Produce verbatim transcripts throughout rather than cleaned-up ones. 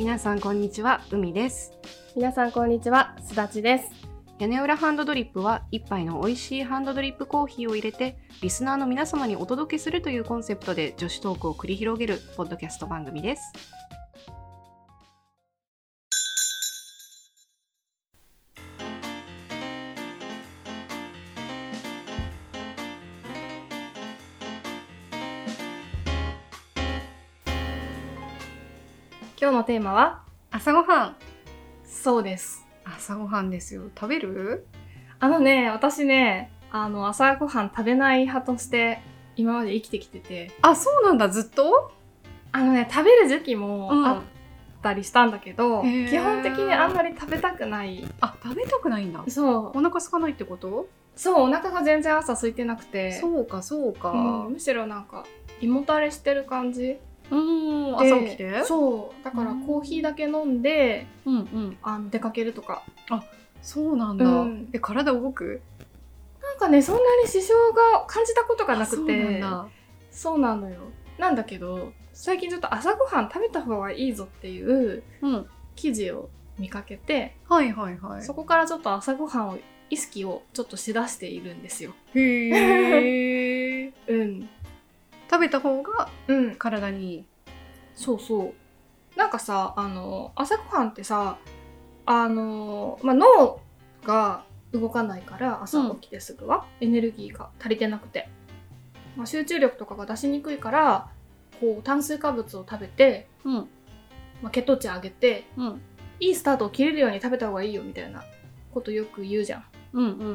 皆さんこんにちは、海です。 皆さんこんにちは、すだちです。 屋根裏ハンドドリップは一杯の美味しいハンドドリップコーヒーを入れてリスナーの皆様にお届けするというコンセプトで女子トークを繰り広げるポッドキャスト番組です。 今日のテーマは朝ごはん。 そうです。 朝ごはんですよ。食べる？ あのね、私ね、あの朝ごはん食べない派として今まで生きてきてて。 あ、そうなんだ。ずっと？ あのね、食べる時期もあったりしたんだけど、うん、基本的にあんまり食べたくない。 あ、食べたくないんだ。 そう。 お腹空かないってこと？ そう、お腹が全然朝空いてなくて。 そうかそうか、 うん、むしろなんか胃もたれしてる感じ。 うーん、朝起きて？ そうだからコーヒーだけ飲んで、 うんうん、 あの出かけるとか。 あ、そうなんだ、うん、え、体動く？ なんかね、そんなに支障が感じたことがなくて。 そうなんだ。 そうなのよ。なんだけど最近ちょっと朝ごはん食べた方がいいぞっていう記事を見かけて、 うん、はいはいはい。 そこからちょっと朝ごはんを意識をちょっとしだしているんですよ。 へーうん食べた方が体にいい、うん、 そうそう。なんかさ、あの朝ごはんってさ、あの、まあ、脳が動かないから朝起きてすぐは、うん、エネルギーが足りてなくて、まあ、集中力とかが出しにくいからこう炭水化物を食べて、うん、まあ、血糖値上げて、うん、いいスタートを切れるように食べた方がいいよみたいなことよく言うじゃん。うんうんうん。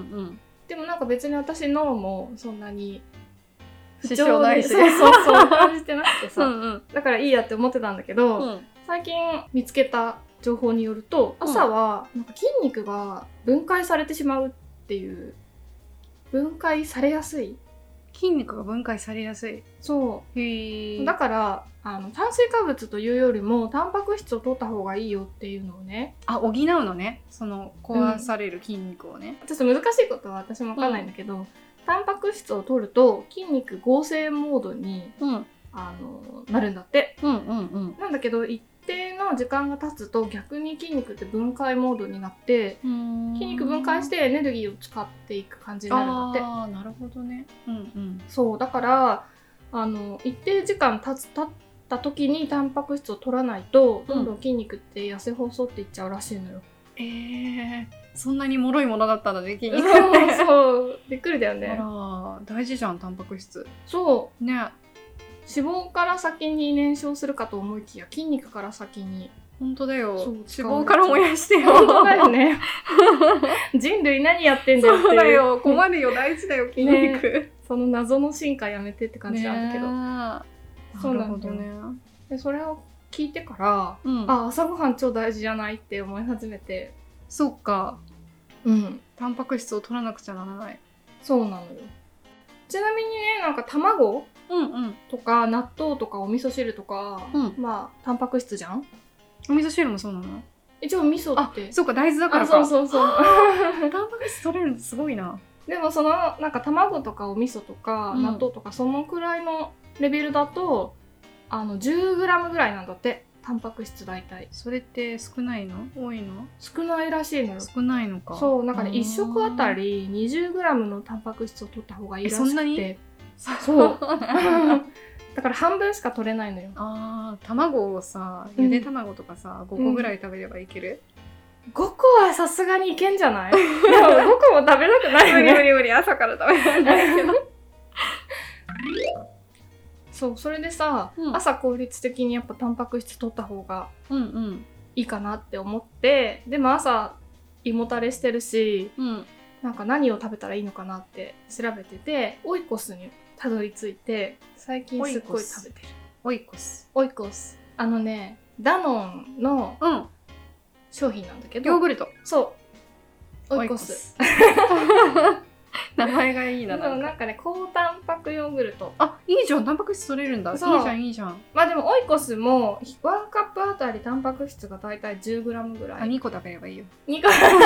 でもなんか別に私脳もそんなに支障ないし、 そうそうそう感じてなくてさうん、うん、 だからいいやって思ってたんだけど、うん、最近見つけた情報によると、朝はなんか筋肉が分解されてしまうっていう、分解されやすい、 筋肉が分解されやすい。 そうへー。 だからあの炭水化物というよりもタンパク質を取った方がいいよっていうのをね。 あ、補うのね、その壊される筋肉をね、 うん、ちょっと難しいことは私も分かんないんだけど、うん、タンパク質を取ると筋肉合成モードに、うん、あのなるんだって、うんうんうん、なんだけど一定の時間が経つと逆に筋肉って分解モードになって、筋肉分解してエネルギーを使っていく感じになるんだって。 あー、なるほどね、うんうん、 そうだからあの一定時間経つ経った時にタンパク質を取らないと、どんどん筋肉って痩せ細っていっちゃうらしいのよ。 えー、そんなに脆いものだったんだね、筋肉って。 そうそうびっくりだよね。 あら、大事じゃん、タンパク質。 そうね。 脂肪から先に燃焼するかと思いきや筋肉から先に。 本当だよ。脂肪から燃やしてよ。 本当だよね。人類何やってんだよっていう。 そうだよ、困るよ、大事だよ筋肉、ね、 その謎の進化やめてって感じなんだけど、 ね、そうなんだよね。 でそれを聞いてから、うん、あ、朝ごはん超大事じゃないって思い始めて。 そっか、うん、タンパク質を取らなくちゃならない。 そうなのよ。ちなみにね、なんか卵うんうん、 とか納豆とかお味噌汁とか、うん、まあタンパク質じゃん。 お味噌汁もそうなの？ 一応味噌って、 あ、そうか、大豆だからか。 そうそうそうタンパク質取れるのすごいな。 でもそのなんか卵とかお味噌とか、うん、納豆とかそのくらいのレベルだとあの じゅうグラム ぐらいなんだって、タンパク質大体。 それって少ないの？多いの？ 少ないらしいのよ。 少ないのか。 そう、なんかね、いっ食あたり にじゅうグラム のタンパク質を取った方がいいらしくて。 そんなに？ そうだから半分しか取れないのよ。 あー、卵をさ、ゆで卵とかさ、うん、ごこぐらい食べればいける？ ごこはさすがにいけんじゃない？でもごこも食べたくないよね。 無理無理無理、朝から食べられないけどそう、それでさ、うん、朝効率的にやっぱタンパク質取った方がいいかなって思って、でも朝胃もたれしてるし、うん、なんか何を食べたらいいのかなって調べてて、オイコスにたどり着いて、最近すっごい食べてる。 オイコス。 オイコス。あのね、ダノンの商品なんだけど、 ヨーグルト。 そう。オイコス。 名前がいいな。 なんか、なんかね、高タンパクヨーグルト。 あ、いいじゃん、タンパク質取れるんだ。いいじゃんいいじゃん。 まあでもオイコスもいちカップあたりタンパク質がだいたい じゅうグラム ぐらい。 あ、にこ食べればいいよ。 にこ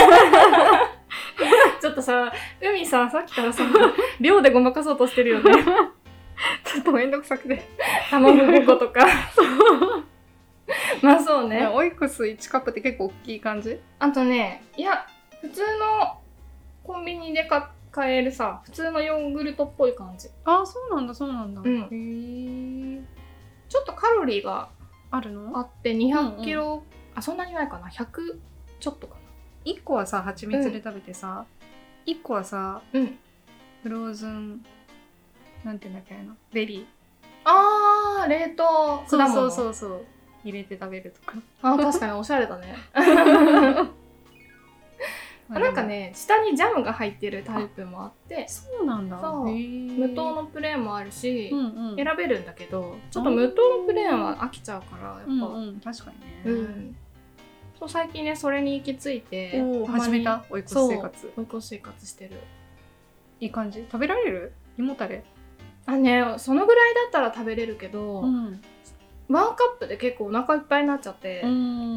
ちょっとさ、海さ、さっきからさ、量でごまかそうとしてるよね。 ちょっとめんどくさくて。 卵ごことか。 まあそうね。 オイコスいちカップって結構大きい感じ？ あとね、いや、普通のコンビニでか買えるさ、普通のヨーグルトっぽい感じ。 ああ、そうなんだそうなんだ。 うんへえ。 ちょっとカロリーがあるの？ あってにひゃくキロ、うんうん、あ、そんなにないかな、ひゃくちょっとかな。 いっこはさ、蜂蜜で食べてさ、うん、いっこはさ、 うん、 フローズン、なんていうんだっけな、ベリー。 あー、冷凍果物。 そうそうそうそう。入れて食べるとか。 あ、確かにおしゃれだね。なんかね、下にジャムが入ってるタイプもあって、 そうなんだ。 そう、無糖のプレーンもあるし、 うんうん、 選べるんだけど、ちょっと無糖のプレーンは飽きちゃうからやっぱ、 うんうん、確かにね、うん、 そう最近ねそれに行き着いて始めた追い越し生活。 追い越し生活してる。 いい感じ？食べられる？胃もたれ？ あね、そのぐらいだったら食べれるけど、うん、ワンカップで結構お腹いっぱいになっちゃって、うん、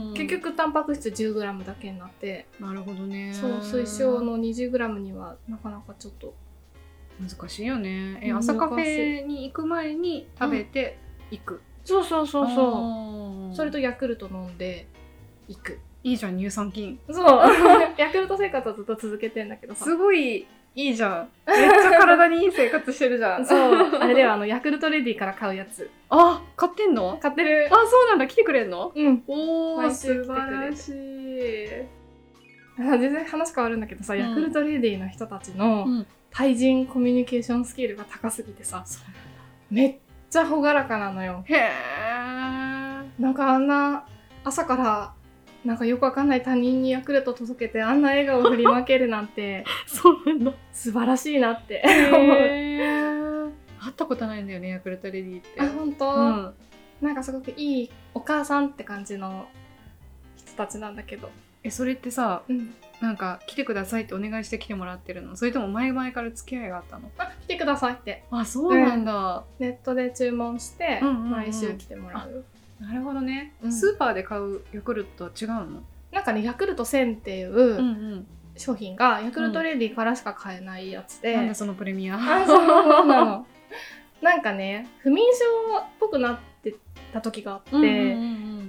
結局タンパク質 じゅうグラム だけになって。 なるほどね。 そう推奨の にじゅうグラム にはなかなかちょっと難しいよね。え、朝カフェに行く前に食べて行く、うん、 そうそうそうそう。それとヤクルト飲んで行く。 いいじゃん、乳酸菌。 そうヤクルト生活はずっと続けてんだけどさ、 すごいいいじゃん。めっちゃ体にいい生活してるじゃん。 そうあれではあのヤクルトレディから買うやつ。 あ、買ってんの？ 買ってる。 あ、そうなんだ。来てくれんの？ うん。 おー、素晴らしい。 全然話変わるんだけどさ、うん、ヤクルトレディの人たちの対人コミュニケーションスキルが高すぎてさ、うん、めっちゃ朗らかなのよ。 へー。 なんかあんな朝からなんかよくわかんない他人にヤクルト届けてあんな笑顔を振りまけるなんてそうなんだ。 素晴らしいなって思う。会ったことないんだよね、ヤクルトレディって。 あ、本当？うん、なんかすごくいいお母さんって感じの人たちなんだけど。 え、それってさ、 うん、 なんか来てくださいってお願いして来てもらってるの？それとも前々から付き合いがあったの？ あ、来てくださいって。 あ、そうなんだ。 うん、ネットで注文して毎週来てもらう。うんうんうん、 なるほどね、うん、スーパーで買うヤクルトは違うの？ なんかね、ヤクルトせんっていう商品がヤクルトレディからしか買えないやつで、 うん、なんでそのプレミア。 あ、そうなの。なんかね、不眠症っぽくなってた時があって、うんうんうん、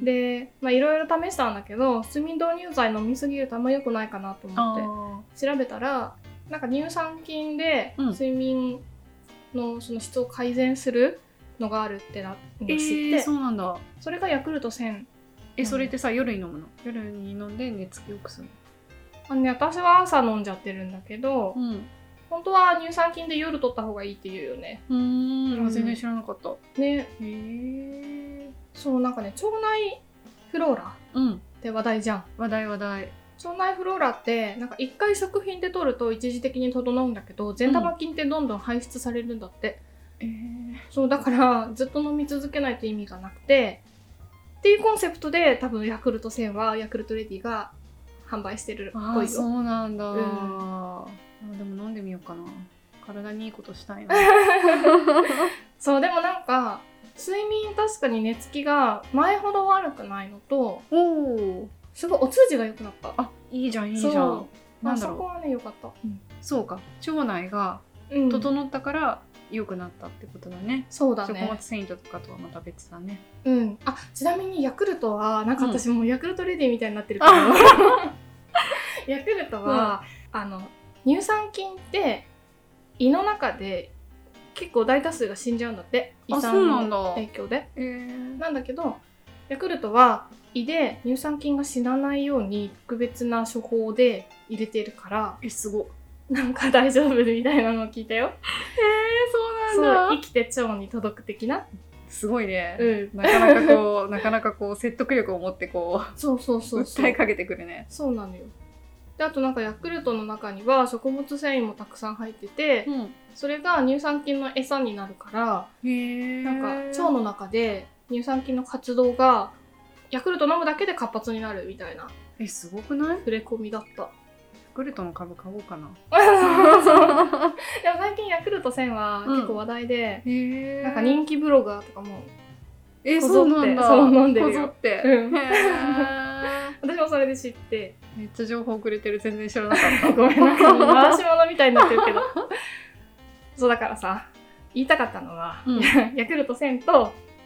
で、まあいろいろ試したんだけど、睡眠導入剤飲みすぎるとあんま良くないかなと思って調べたら、なんか乳酸菌で睡眠のその質を改善するのがあるってなって知って、えー、そうなんだ。 それがヤクルトせん。 え、それってさ、夜に飲むの？夜に飲んで寝つきよくするの？ あのね、私は朝飲んじゃってるんだけど、うん、本当は乳酸菌で夜取った方がいいっていうよね。 うーん、うん、全然知らなかった。 ね。 へー。 そう、なんかね、腸内フローラって話題じゃん。 話題話題。 腸内フローラってなんか一回食品で取ると一時的に整うんだけど、善玉菌ってどんどん排出されるんだって。 えー、 そうだからずっと飲み続けないと意味がなくてっていうコンセプトで多分ヤクルトせんはヤクルトレディが販売してるっぽいよ。 あ、そうなんだ、うん、あ、でも飲んでみようかな。体にいいことしたいな。 そう、でもなんか睡眠確かに寝つきが前ほど悪くないのと、 おすごいお通じが良くなった。 あ、いいじゃんいいじゃん。 なんだろう、あそこはね良かった、 うん、そうか、腸内が整ったから良くなったってことだね。 そうだね。 食物繊維とかとはまた別だね。 うん。あ、ちなみにヤクルトはなんか私もうヤクルトレディみたいになってるけど、うん、ヤクルトは、うん、あの乳酸菌って胃の中で結構大多数が死んじゃうんだって、胃酸の影響で。 えー、 なんだけどヤクルトは胃で乳酸菌が死なないように特別な処方で入れてるから、 え、すごっ、 なんか大丈夫みたいなのを聞いたよ。 へえ、そうなんだ。 そう、生きて腸に届く的な。 すごいね、 うん、 なかなかこうなかなかこう説得力を持ってこうそうそうそうそう訴えかけてくるね。 そうなのよ。で、あとなんかヤクルトの中には食物繊維もたくさん入ってて、うん、それが乳酸菌の餌になるから、 へー、 なんか腸の中で乳酸菌の活動がヤクルト飲むだけで活発になるみたいな。 え、すごくない？ 触れ込みだった。 ヤクルトの株買おうかな。 そうでも最近ヤクルトせんは結構話題で、うん、なんか人気ブロガーとかもえ、そうなんだ。 そう飲んでるよ。 こぞって、 うん、私もそれで知ってめっちゃ情報くれてる。全然知らなかったごめんなさい、回し物みたいになってるけど。そうだからさ、言いたかったのは、うん、ヤクルトせんと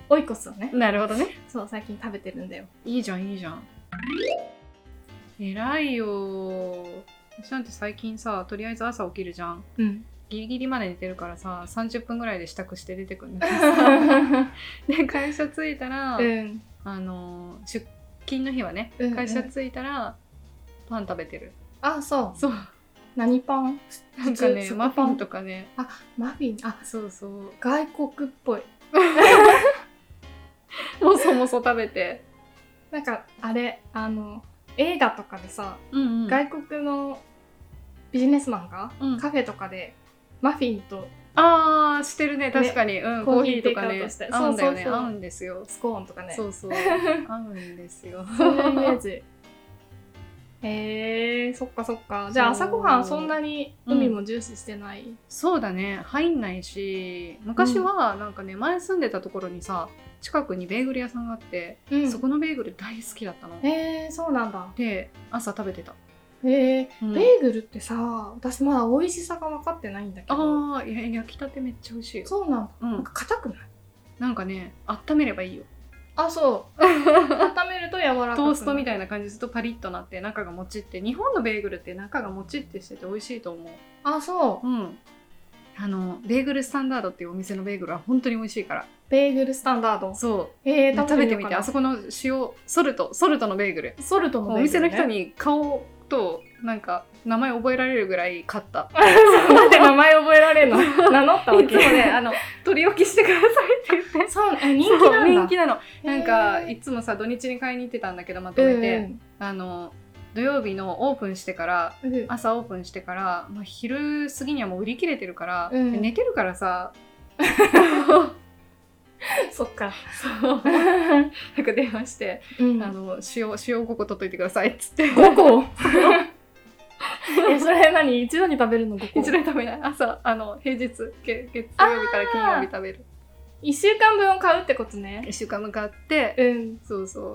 オイコスをね、 なるほどね。 そう最近食べてるんだよ。 いいじゃんいいじゃん。偉いよ。私なんて最近さ、とりあえず朝起きるじゃん。 うん。 ギリギリまで寝てるからさ、さんじゅっぷんぐらいで支度して出てくるんだけどさで会社着いたら、 うん、 あの出勤の日はね、 うんうん、 会社着いたらパン食べてる。 あ、そう。 そう。 何パン？ なんかね、マフィンとかね。 あ、マフィン。あ、 そうそう。 外国っぽい。 もそもそ食べて。 なんかあれ、あの映画とかでさ、 うんうん、 外国のビジネスマンが、うん、カフェとかでマフィンと、 あーしてるね、確かに、ね、うん、コーヒーとかね、合うんだよね。 そうそうそう、 合うんですよ。 スコーンとかね。 そうそう。合うんですよ。 そういうイメージ。へえー、そっかそっか。じゃあ朝ごはんそんなに海も重視してない？うん、 そうだね、入んないし、昔はなんかね、前住んでたところにさ、近くにベーグル屋さんがあって、うん、そこのベーグル大好きだったの。 へえー、そうなんだ。 で、朝食べてた。 へえー、うん、ベーグルってさ、私まだ美味しさが分かってないんだけど。 ああ、いや焼きたてめっちゃ美味しいよ。 そうなんだ。 うん、 なんか硬くない？ なんかね、温めればいいよ。 あ、そう温めると柔らかくトーストみたいな感じするとパリッとなって中がもちって、日本のベーグルって中がもちってしてて美味しいと思う。 あ、そう。 うん。あのベーグルスタンダードっていうお店のベーグルは本当に美味しいから。 ベーグルスタンダード。 そう。 えー、 食べてみて。あそこの塩ソルトソルトのベーグル。 ソルトのベーグル、ね、 お店の人に顔となんか名前覚えられるぐらい買った。 なんで名前覚えられるの？名乗ったわけ。 いつもね、あの取り置きしてくださいって言って。 そう、人気なんだ。 人気なの。なんかいつもさ土日に買いに行ってたんだけど、まとめて、うん、あの土曜日のオープンしてから、うん、朝オープンしてから、まあ、昼過ぎにはもう売り切れてるから、うん、寝てるからさ。 そっか。 そう。なんか電話して、うん、あの塩塩ごこ取っといてくださいっつって。 ごこ？え、それ何？一度に食べるの？ごこ？ 一度に食べない。朝あの平日月月曜日から金曜日食べる。 一週間分を買うってことね。 一週間分買って、うん、そうそう。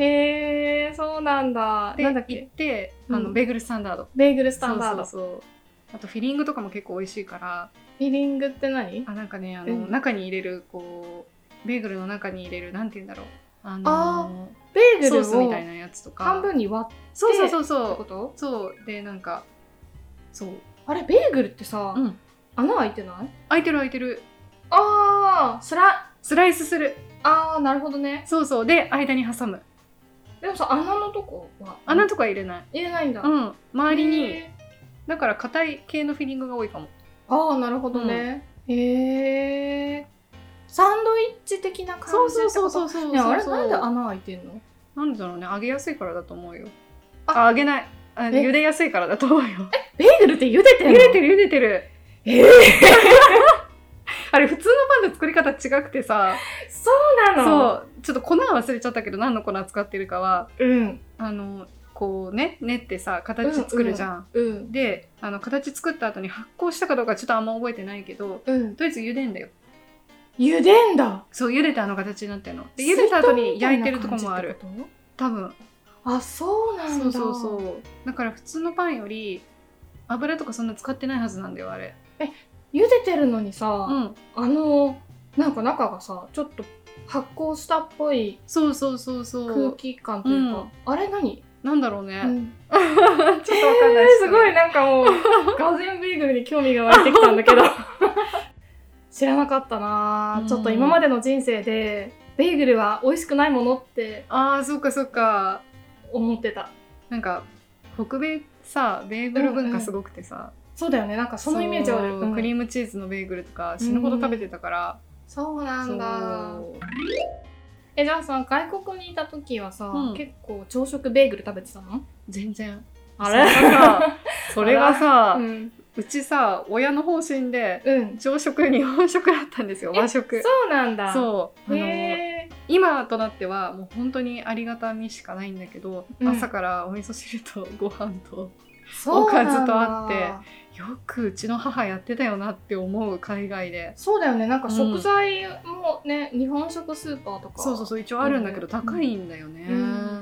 へー、そうなんだ。 で、 なんだっけ？ 行って、あの、うん、ベーグルスタンダード。 ベーグルスタンダード。 そうそうそう。あとフィリングとかも結構美味しいから。 フィリングって何？ あ、なんかね、あの、うん、中に入れるこうベーグルの中に入れるなんて言うんだろう。あのー、 あベーグルをソースみたいなやつとか半分に割って、 そうそうそうそう。 ってこと？ そうでなんかそうあれベーグルってさ、うん、穴開いてない？ 開いてる開いてる。 ああ、スラスライスする。 ああ、なるほどね。 そうそうで間に挟む。 でもさ、穴のとこは穴とか入れない。 入れないんだ。 うん。周りにだから硬い系のフィリングが多いかも。 ああ、なるほどね。うん、へえ。サンドイッチ的な感じってこと？そうそうそうそうそう。ね、あれなんで穴開いてんの？ なんでだろうね。揚げやすいからだと思うよ。あ、あ揚げない。あ茹でやすいからだと思うよ。 え、ベーグルって茹でてるの？ 茹でてる茹でてる。えーあれ普通のパンの作り方違くてさ。 そうなの？ そうちょっと粉は忘れちゃったけど何の粉使ってるかは、うん、あのこうね練ってさ形作るじゃん、うんうん、であの形作った後に発酵したかどうかちょっとあんま覚えてないけど、うん、とりあえず茹でんだよ。 茹でんだ。 そう茹でてあの形になってるので、茹でた後に焼いてるとこもある多分。あ、 そうなんだ。 そうそうそう。だから普通のパンより油とかそんな使ってないはずなんだよあれ。 え、茹でてるのにさ、うん、あのなんか中がさちょっと発酵したっぽいそうそうそうそう空気感というか、うん、あれ何なんだろうね、うん、ちょっとわかんないです、ね、えー、 すごいなんかもうガーゼンベーグルに興味が湧いてきたんだけど知らなかったな、うん、ちょっと今までの人生でベーグルは美味しくないものってあーそっかそっか思ってた。 なんか北米さベーグル文化すごくてさ、うんうん、 そうだよね、なんかそのイメージある、うん、 クリームチーズのベーグルとか死ぬほど食べてたから、 うん、そうなんだ。え、じゃあさ外国にいた時はさ、うん、結構朝食ベーグル食べてたの？ 全然。 あれそれがさ、うん、うちさ親の方針で、うん、朝食日本食だったんですよ。和食。 そうなんだ。 そうあの今となってはもう本当にありがたみしかないんだけど、うん、朝からお味噌汁とご飯とおかずとあってよくうちの母やってたよなって思う海外で。 そうだよね、なんか食材もね、うん、日本食スーパーとかそうそうそう一応あるんだけど、うん、高いんだよね、うん、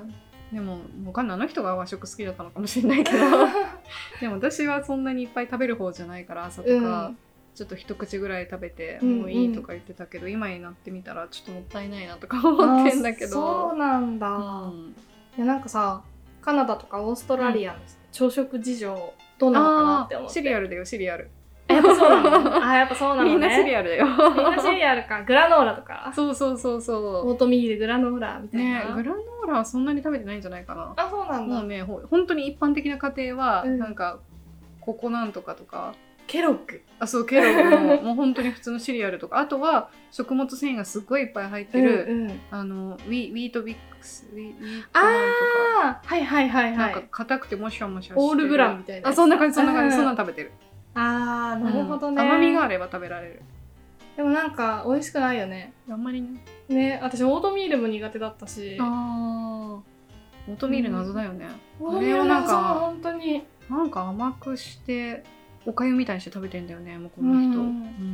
でもわかんないあの人が和食好きだったのかもしれないけどでも私はそんなにいっぱい食べる方じゃないから朝とか、うん、 ちょっと一口ぐらい食べてうんうんもういいとか言ってたけど、今になってみたらちょっともったいないなとか思ってんだけど。 そうなんだ、 うん、 いやなんかさカナダとかオーストラリアの朝食事情どうなのかなって思って。 シリアルだよシリアル。 やっぱそうなのあやっぱそうなのね。 みんなシリアルだよ。 みんなシリアルか。グラノーラとか。 そうそうそうそうオートミールグラノーラみたいな、 ね、グラノーラはそんなに食べてないんじゃないかな。 あそうなんだ。 もうねほ本当に一般的な家庭は、 うん、 なんかココなんとかとかケロッグ、 あそうケロッグももう本当に普通のシリアルとか、あとは食物繊維がすっごいいっぱい入ってる、 うんうん、 あのウィウィートビックスウィウィートなんとか、 あーはいはいはいはい、 なんか硬くてもしゃもしゃしてるオールグラムみたいな。 あそんな感じそんな感じ、 うん、 そんなの食べてる。 あーなるほどね、 うん、甘みがあれば食べられる。 でもなんか美味しくないよね。 あんまりね。 ね、私オートミールも苦手だったし。 あーオートミール謎だよね、 うん、あれをなんか本当になんか甘くしておかゆみたいにして食べてんだよね向こうの人、うん、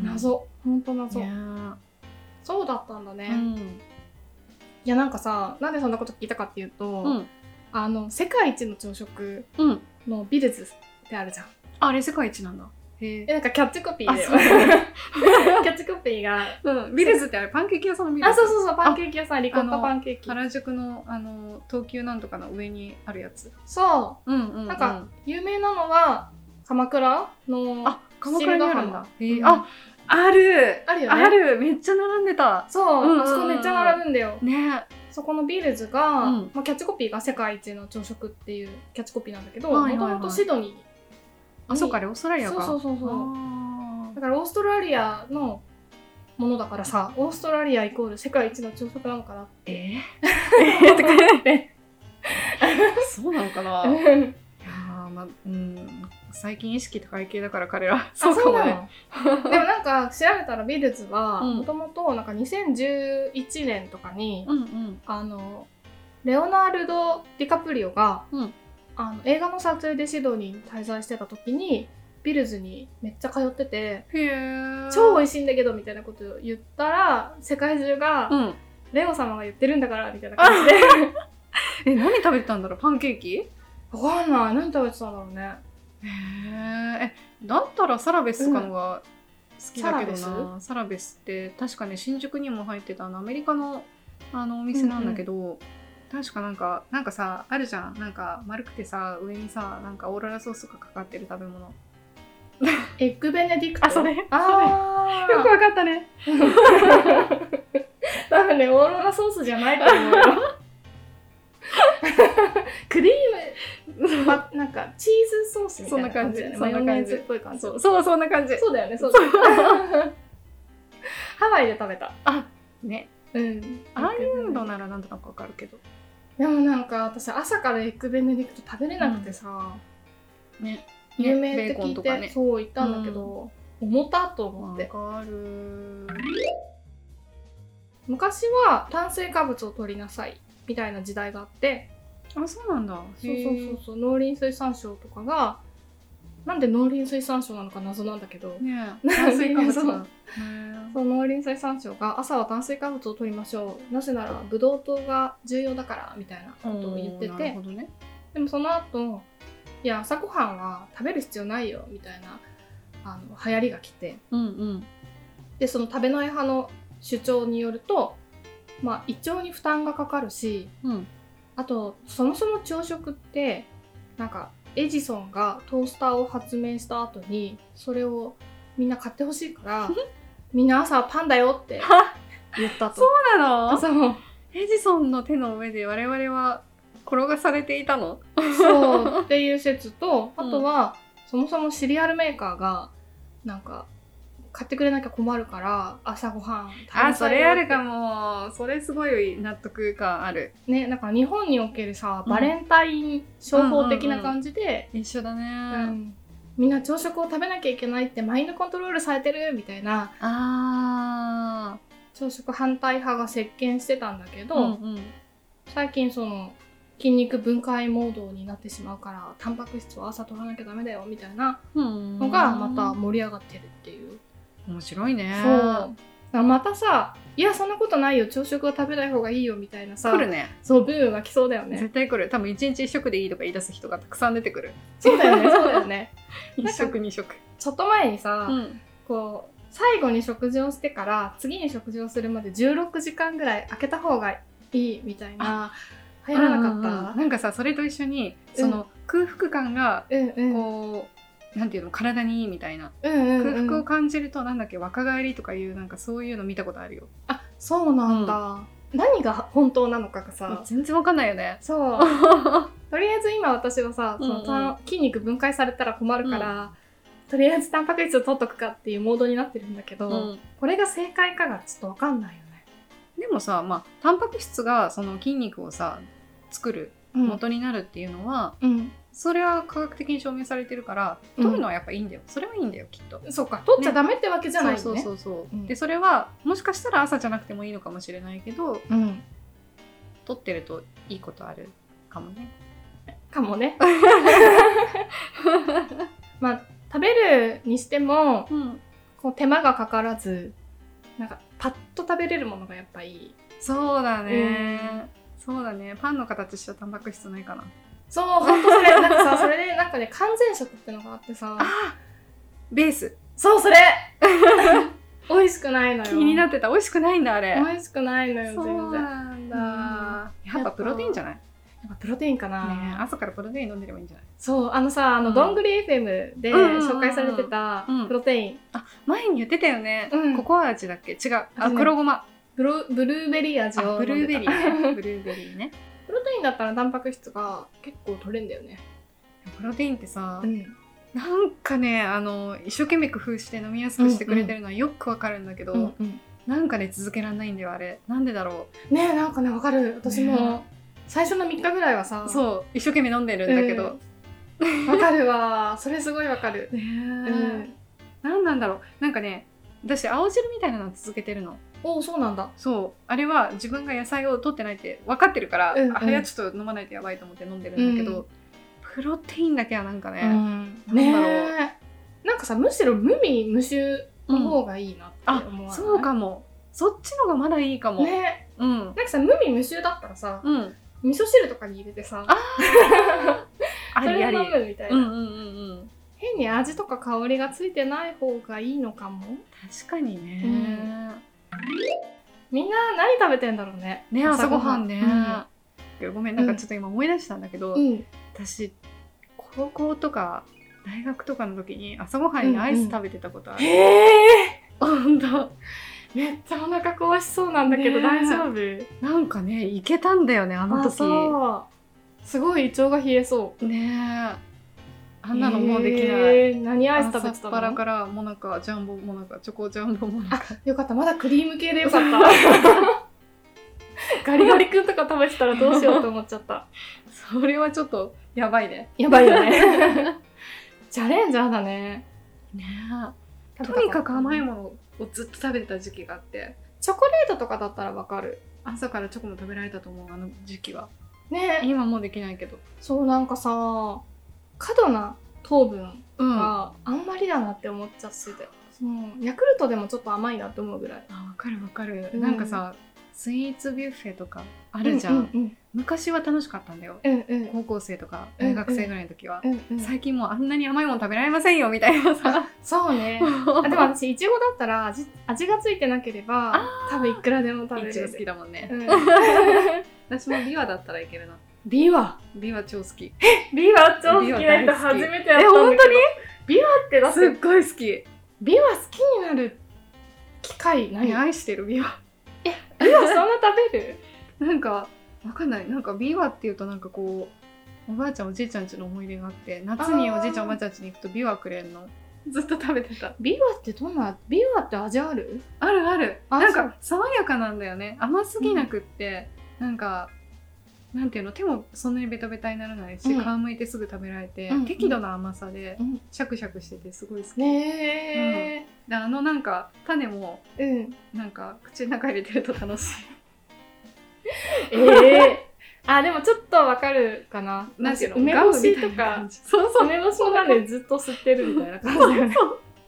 謎本当謎、 ね、 そうだったんだね、 うん、 いやなんかさなんでそんなこと聞いたかっていうと、 うん、 あの世界一の朝食のビルズってあるじゃん、 あれ世界一なんだ。へえなんかキャッチコピーでキャッチコピーが、 うん、ビルズってあれパンケーキ屋さんのビルズ。 あそうそうそうパンケーキ屋さんリコッタパンケーキ原宿のあの東急なんとかの上にあるやつ。 そう、 うんうんうん、 なんか有名なのは鎌倉のあ鎌倉にあるんだ。へ、 うん、 ああるあるよね。 あるめっちゃ並んでた。 そう、うんうんうん、あそこめっちゃ並ぶんだよね。 そこのビルズが、 うんまあ、キャッチコピーが世界一の朝食っていうキャッチコピーなんだけど、 はいはいはい、 もともとシドニー、 あそうかあれオーストラリアか。 そうそうそうそうだからオーストラリアのものだからさ、オーストラリアイコール世界一の朝食なのかなって。 えー、って書いてそうなのかな。いやまあうん最近意識高い系だから彼らそうかもね。 でもなんか調べたらビルズはもともとなんかにせんじゅういちねんとかに、うんうん、あのレオナルド・ディカプリオが、うん、あの映画の撮影でシドニーに滞在してた時にビルズにめっちゃ通ってて、へ超美味しいんだけどみたいなことを言ったら世界中が、うん、レオ様が言ってるんだからみたいな感じでえ何食べてたんだろう。パンケーキ？ わかんない何食べてたんだろうね。 へえだったらサラベスとかのが好きだけどな、うん、サラベス？サラベスって確かね新宿にも入ってたあのアメリカのあのお店なんだけど、うんうん、確かなんかなんかさあるじゃん、なんか丸くてさ上にさなんかオーロラソースとかかかってる食べ物エッグベネディクト。 あそれあそれよくわかったね多分ねオーロラソースじゃないと思うよクリーム、ま、なんかチーズソースみたいな感じだよね。マヨネーズっぽい感じ。 そうそうそんな感じ。 そうだよねそうだよねハワイで食べた。 あねうんああいうのならなんとなくわかるけど、 でもなんか私朝からエッグベネディクト食べれなくてさ、 うん、ね有名って聞いて、ね、そう言ったんだけど、うん、重たと思って。 わかる。 昔は炭水化物を取りなさいみたいな時代があって、 あそうなんだ。 そうそうそうそう農林水産省とかがなんで農林水産省なのか謎なんだけど、 ね、炭水化物そうそう農林水産省が朝は炭水化物を取りましょう、なぜならブドウ糖が重要だからみたいなことを言ってて、なるほどね、でもその後いや朝ごはんは食べる必要ないよみたいなあの流行りが来て、うんうん、でその食べない派の主張によると、まあ、胃腸に負担がかかるし、うん、あとそもそも朝食ってなんかエジソンがトースターを発明した後にそれをみんな買ってほしいからみんな朝はパンだよって言ったと。 そうなの？ そうエジソンの手の上で我々は転がされていたの？ そうっていう説と、あとは、うん、そもそもシリアルメーカーがなんか買ってくれなきゃ困るから朝ごはん食べたいよって。 あ、それあるかも。それすごい納得感あるね。なんか日本におけるさ、うん、バレンタイン商法的な感じで、 うんうんうん、一緒だね、 うん、みんな朝食を食べなきゃいけないってマインドコントロールされてるみたいな、 あ朝食反対派が席巻してたんだけど、うんうん、最近その筋肉分解モードになってしまうからタンパク質は朝取らなきゃダメだよみたいなのがまた盛り上がってるっていう。 面白いね。 そうまたさ、いやそんなことないよ朝食は食べない方がいいよみたいなさ、 来るね。 そうブームが来そうだよね。 絶対来る。多分一日一食でいいとか言い出す人がたくさん出てくる。 そうだよねそうだよね一食二食。 ちょっと前にさ、うん、 こう最後に食事をしてから次に食事をするまでじゅうろくじかんぐらい空けた方がいいみたいな。流行らなかった、 うんうんうん、なんかさそれと一緒にその空腹感がこう、うんうん、なんていうの体にいいみたいな、うんうんうん、空腹を感じるとなんだっけ若返りとかいうなんかそういうの見たことあるよ。 あ、そうなんだ、うん、何が本当なのかがさ全然わかんないよね。 そうとりあえず今私はさその、うんうん、筋肉分解されたら困るから、うん、とりあえずタンパク質を取っとくかっていうモードになってるんだけど、うん、これが正解かがちょっとわかんないよね。 でもさ、まあ、タンパク質がその筋肉をさ作る元になるっていうのは、うん、それは科学的に証明されてるから取るのはやっぱいいんだよ、うん、それはいいんだよきっと。 そうか、取っちゃダメってわけじゃないね。 そうそうそうそう、うん、でそれはもしかしたら朝じゃなくてもいいのかもしれないけど、うん、取ってるといいことあるかもねかもねまあ食べるにしても、うん、こう手間がかからずなんかパッと食べれるものがやっぱいい。 そうだね、うん、そうだね。パンの形したタンパク質ないかな。 そう、ほんとそれなんかさそれでなんかね完全食ってのがあってさ、 あベース、 そうそれ美味しくないのよ。 気になってた。美味しくないんだあれ。 美味しくないのよ全然。 そうなんだ、うん、やっぱプロテインじゃない。 やっぱプロテインかな、 ね、朝からプロテイン飲んでればいいんじゃない。 そうあのさあの、うん、どんぐり エフエム で紹介されてたプロテイン、うん、 あ前に言ってたよね、うん、ココア味だっけ。違う、あ黒ごまブルブルーベリー味をブルーベリーねブルーベリーね。 プロテインだったらタンパク質が結構取れんだよね。 プロテインってさ、うん、なんかねあの一生懸命工夫して飲みやすくしてくれてるのはよくわかるんだけど、うんうん、なんかね続けられないんだよあれ。なんでだろうね。なんかねわかる。私も、ね、最初のみっかぐらいはさそう一生懸命飲んでるんだけどわ、 えー、かるわそれすごいわかる、ねうん、なんなんだろう。なんかね私青汁みたいなの続けてるの。 おおそうなんだ。 そうあれは自分が野菜を取ってないって分かってるから、うんうん、あれはちょっと飲まないとやばいと思って飲んでるんだけど、うん、プロテインだけはなんかね、うん、なんだろう、 ね、なんかさむしろ無味無臭の方がいいなって思わない、うん、 あそうかも。そっちのがまだいいかもね、うん、なんかさ無味無臭だったらさ、うん、味噌汁とかに入れてさあそれを飲むみたいな、うんうんうんうん、変に味とか香りがついてない方がいいのかも。 確かにね、うん、 みんな何食べてんだろうね。 ね朝ごはんね、うん、ごめんなんかちょっと今思い出したんだけど、うん、私高校とか大学とかの時に朝ごはんにアイス食べてたことある、うんうん、 へーほんとめっちゃお腹壊しそうなんだけど、ね、大丈夫？ なんかねいけたんだよねあの時。あそうすごい胃腸が冷えそうねえ。あんなのもうできない、 えー、何アイス食べてたの？ 朝っぱらからもなかジャンボもなかチョコジャンボもなか。 あよかったまだクリーム系でよかったガリガリ君とか食べてたらどうしようと思っちゃったそれはちょっとやばいね。 やばいよねチャレンジャーだね。 ねえとにかく甘いものをずっと食べてた時期があって。 チョコレートとかだったらわかる。 朝からチョコも食べられたと思うあの時期はね。 今もうできないけど。 そうなんかさ過度な糖分があんまりだなって思っちゃってて、うん、ヤクルトでもちょっと甘いなって思うぐらい。 あわかるわかる、うん、なんかさスイーツビュッフェとかあるじゃん、うんうんうん、昔は楽しかったんだよ、うんうん、高校生とか大学生ぐらいの時は、うんうん、最近もうあんなに甘いもの食べられませんよみたいなさそうねあでも私いちごだったら 味, 味がついてなければ多分いくらでも食べれる。 いちご好きだもんね、うん、私もビワだったらいけるな。 ビワビワ超好き。 えビワ超好きな人初めてやったんだけど。え本当にビワってだってすっごい好き。 ビワ好きになる機会ない愛してるビワ。 えビワそんな食べるなんかわかんない。なんかビワっていうとなんかこうおばあちゃんおじいちゃん家の思い出があって夏におじいちゃんおばあちゃん家に行くとビワくれんの。ずっと食べてた。 ビワってどんなビワって味ある？ あるある。あなんか爽やかなんだよね。甘すぎなくって、うん、なんかなんていうの手もそんなにベタベタにならないし、うん、皮むいてすぐ食べられて、うん、適度な甘さで、うん、シャクシャクしててすごい好き。 ねうん、であのなんか種も、うん、なんか口の中入れてると楽しいえーあでもちょっとわかるかな。なんていうの梅干しとかそうそう梅干しの種ずっと吸ってるみたいな感じだよね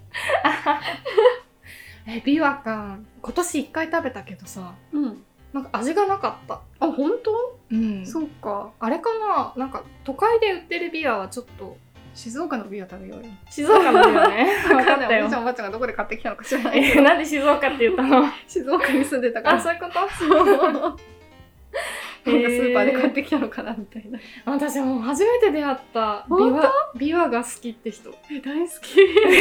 えビワか今年いっかい食べたけどさ、うんなんか味がなかった。 あ本当？ うんそうか。 あれかななんか都会で売ってるビワはちょっと静岡のビワ食べようよ。 静岡のビワね。分かったよ。 おじいちゃんおばあちゃんがどこで買ってきたのか知らないけえどなんで静岡って言ったの？ 静岡に住んでたからあ、そういうこと？ そうなんかスーパーで買ってきたのかなみたいな。 私はもう初めて出会ったビワ、ビワが好きって人。 え大好き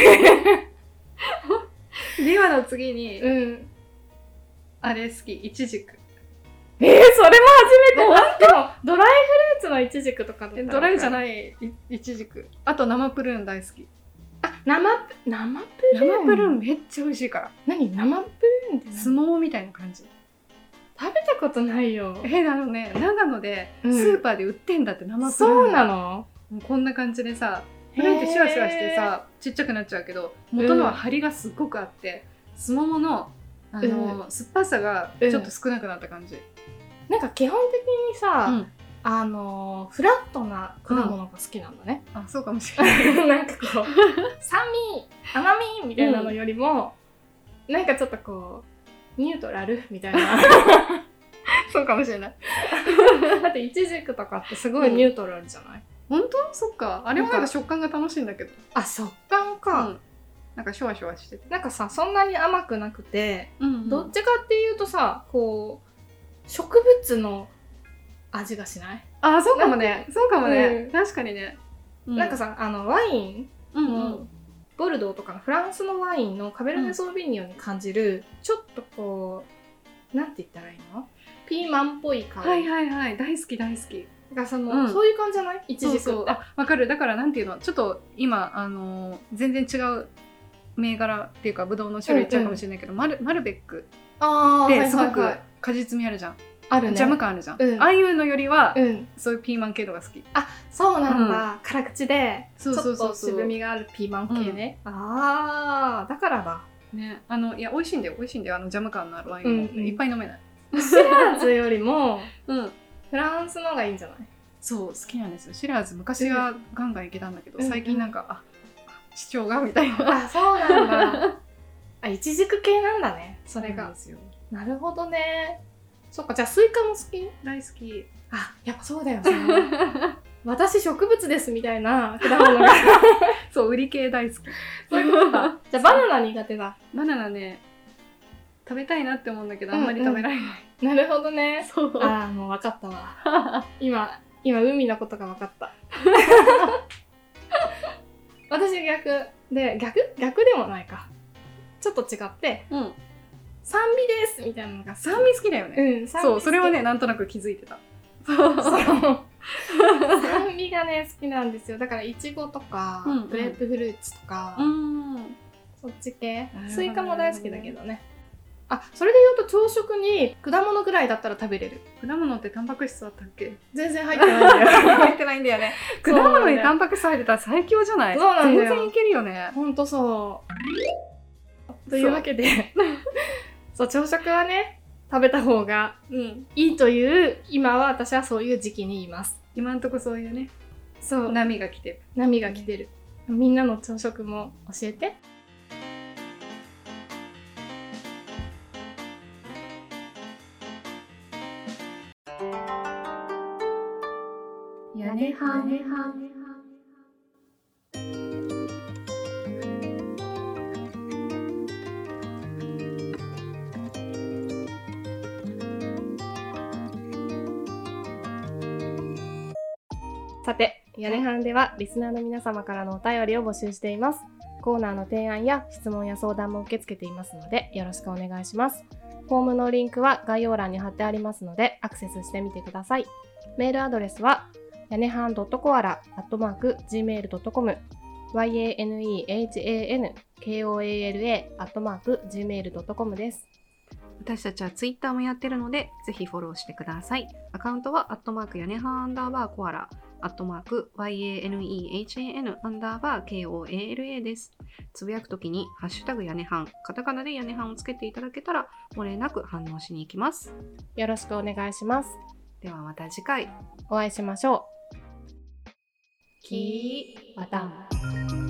ビワの次に、 うん、 あれ好き、イチジク。 えー、それも初めて。でもドライフルーツのイチジクとかだったらドライじゃないイチジク。あと生プルーン大好き。 あ、生生プルーン。 生プルーンめっちゃ美味しいから。 何？生プルーンって相撲みたいな感じ。 食べたことないよ。 えー、あのね、長野でスーパーで売ってんだって、うん、生プルーン。 そうなの？ もうこんな感じでさ、プルーンってシュワシュワしてさちっちゃくなっちゃうけど、元のは張りがすっごくあって、すもものあの、うん、酸っぱさがちょっと少なくなった感じ。 うん、なんか基本的にさ、うん、あのフラットな果物が好きなんだね。 うん、あ、そうかもしれない。 なんかこう酸味甘みみたいなのよりも、うん、なんかちょっとこうニュートラルみたいな。 そうかもしれない。 だってイチジクとかってすごいニュートラルじゃない？ うん、本当？そっか。あれはなんか食感が楽しいんだけど。 あ、食感か。うん、 なんかシュワシュワしてて。 なんかさ、そんなに甘くなくて、うんうん、どっちかっていうとさ、こう植物の味がしない？ あ、そうかもね。そうかもね。うん、確かにね。 うん、なんかさ、あのワインの、うんうん、ボルドーとかのフランスのワインのカベルネ・ソーヴィニヨンに感じる、うん、ちょっとこうなんて言ったらいいの？ピーマンっぽい香り。 はいはいはい、大好き大好き。 だからその、うん、そういう感じじゃない？イチジクって。そうそう、 あ、わかる。だからなんていうの、ちょっと今あのー、全然違う銘柄っていうかブドウの種類いっちゃうかもしれないけど、うんうん、マルマルベックってすごく果実味あるじゃん。あるね。ジャム感あるじゃん。うん、ああいうのよりは、うん、そういうピーマン系のが好き。 あ、そうなんだ。うん、辛口でちょっと渋みがあるピーマン系ね。うん、ああ、だからだ。 ね、あのいや美味しいんだよ美味しいんだよ、あのジャム感のあるワインも、うんうん、いっぱい飲めない。 シラーズよりも、うん、フランスの方がいいんじゃない？ そう、好きなんですよ。シラーズ昔はガンガンいけたんだけど、うん、最近なんか、あ、主張がみたいな。 あ、そうなんだ。あ、イチジク系なんだね、それが。 そうなんですよ。 なるほどね。そっか、じゃあスイカも好き？ 大好き。 あ、やっぱそうだよね。私植物ですみたいな果物が。 そう、売り系大好き。 そういうことだ。じゃあバナナ苦手だ。 バナナね、食べたいなって思うんだけど、あんまり食べられない。 うんうん、なるほどね。 そう。 ああ、もう分かったわ。今、今海のことが分かった。私逆で、逆逆でもないか。ちょっと違って、うん、酸味ですみたいなのが酸味好きだよね。うん、そう、それはね、なんとなく気づいてた。そう酸味がね好きなんですよ。だからいちごとか、うんうん、グレープフルーツとか、うん、そっち系。スイカも大好きだけどね。あ、それで言うと朝食に果物ぐらいだったら食べれる。 果物ってタンパク質あったっけ？ 全然入ってないんだよ。 入ってないんだよね。果物にタンパク質入ってたら最強じゃない？ そうなんだよ。 全然いけるよね。 ほんとそう。というわけでそう、朝食はね食べた方がいいという、今は私はそういう時期にいます。 今んとこそういうね、 そう波が来てる。 波が来てる。みんなの朝食も教えて。 屋根はねはさて、屋根班ではリスナーの皆様からのお便りを募集しています。コーナーの提案や質問や相談も受け付けていますので、よろしくお願いします。フォームのリンクは概要欄に貼ってありますので、アクセスしてみてください。メールアドレスはやねはん .koala アットマーク ジーメール ドットコム ヤネハン コアラ アットマーク ジーメール ドットコム です。 私たちはツイッターもやってるので、ぜひフォローしてください。アカウントはアットマーク屋根半アンダーバーコアラ、アットマーク ヤネハン アンダーバー コアラ です。つぶやくときにハッシュタグ屋根半、カタカナで屋根半をつけていただけたら、漏れなく反応しに行きます。 よろしくお願いします。 ではまた次回お会いしましょう。 きーまた。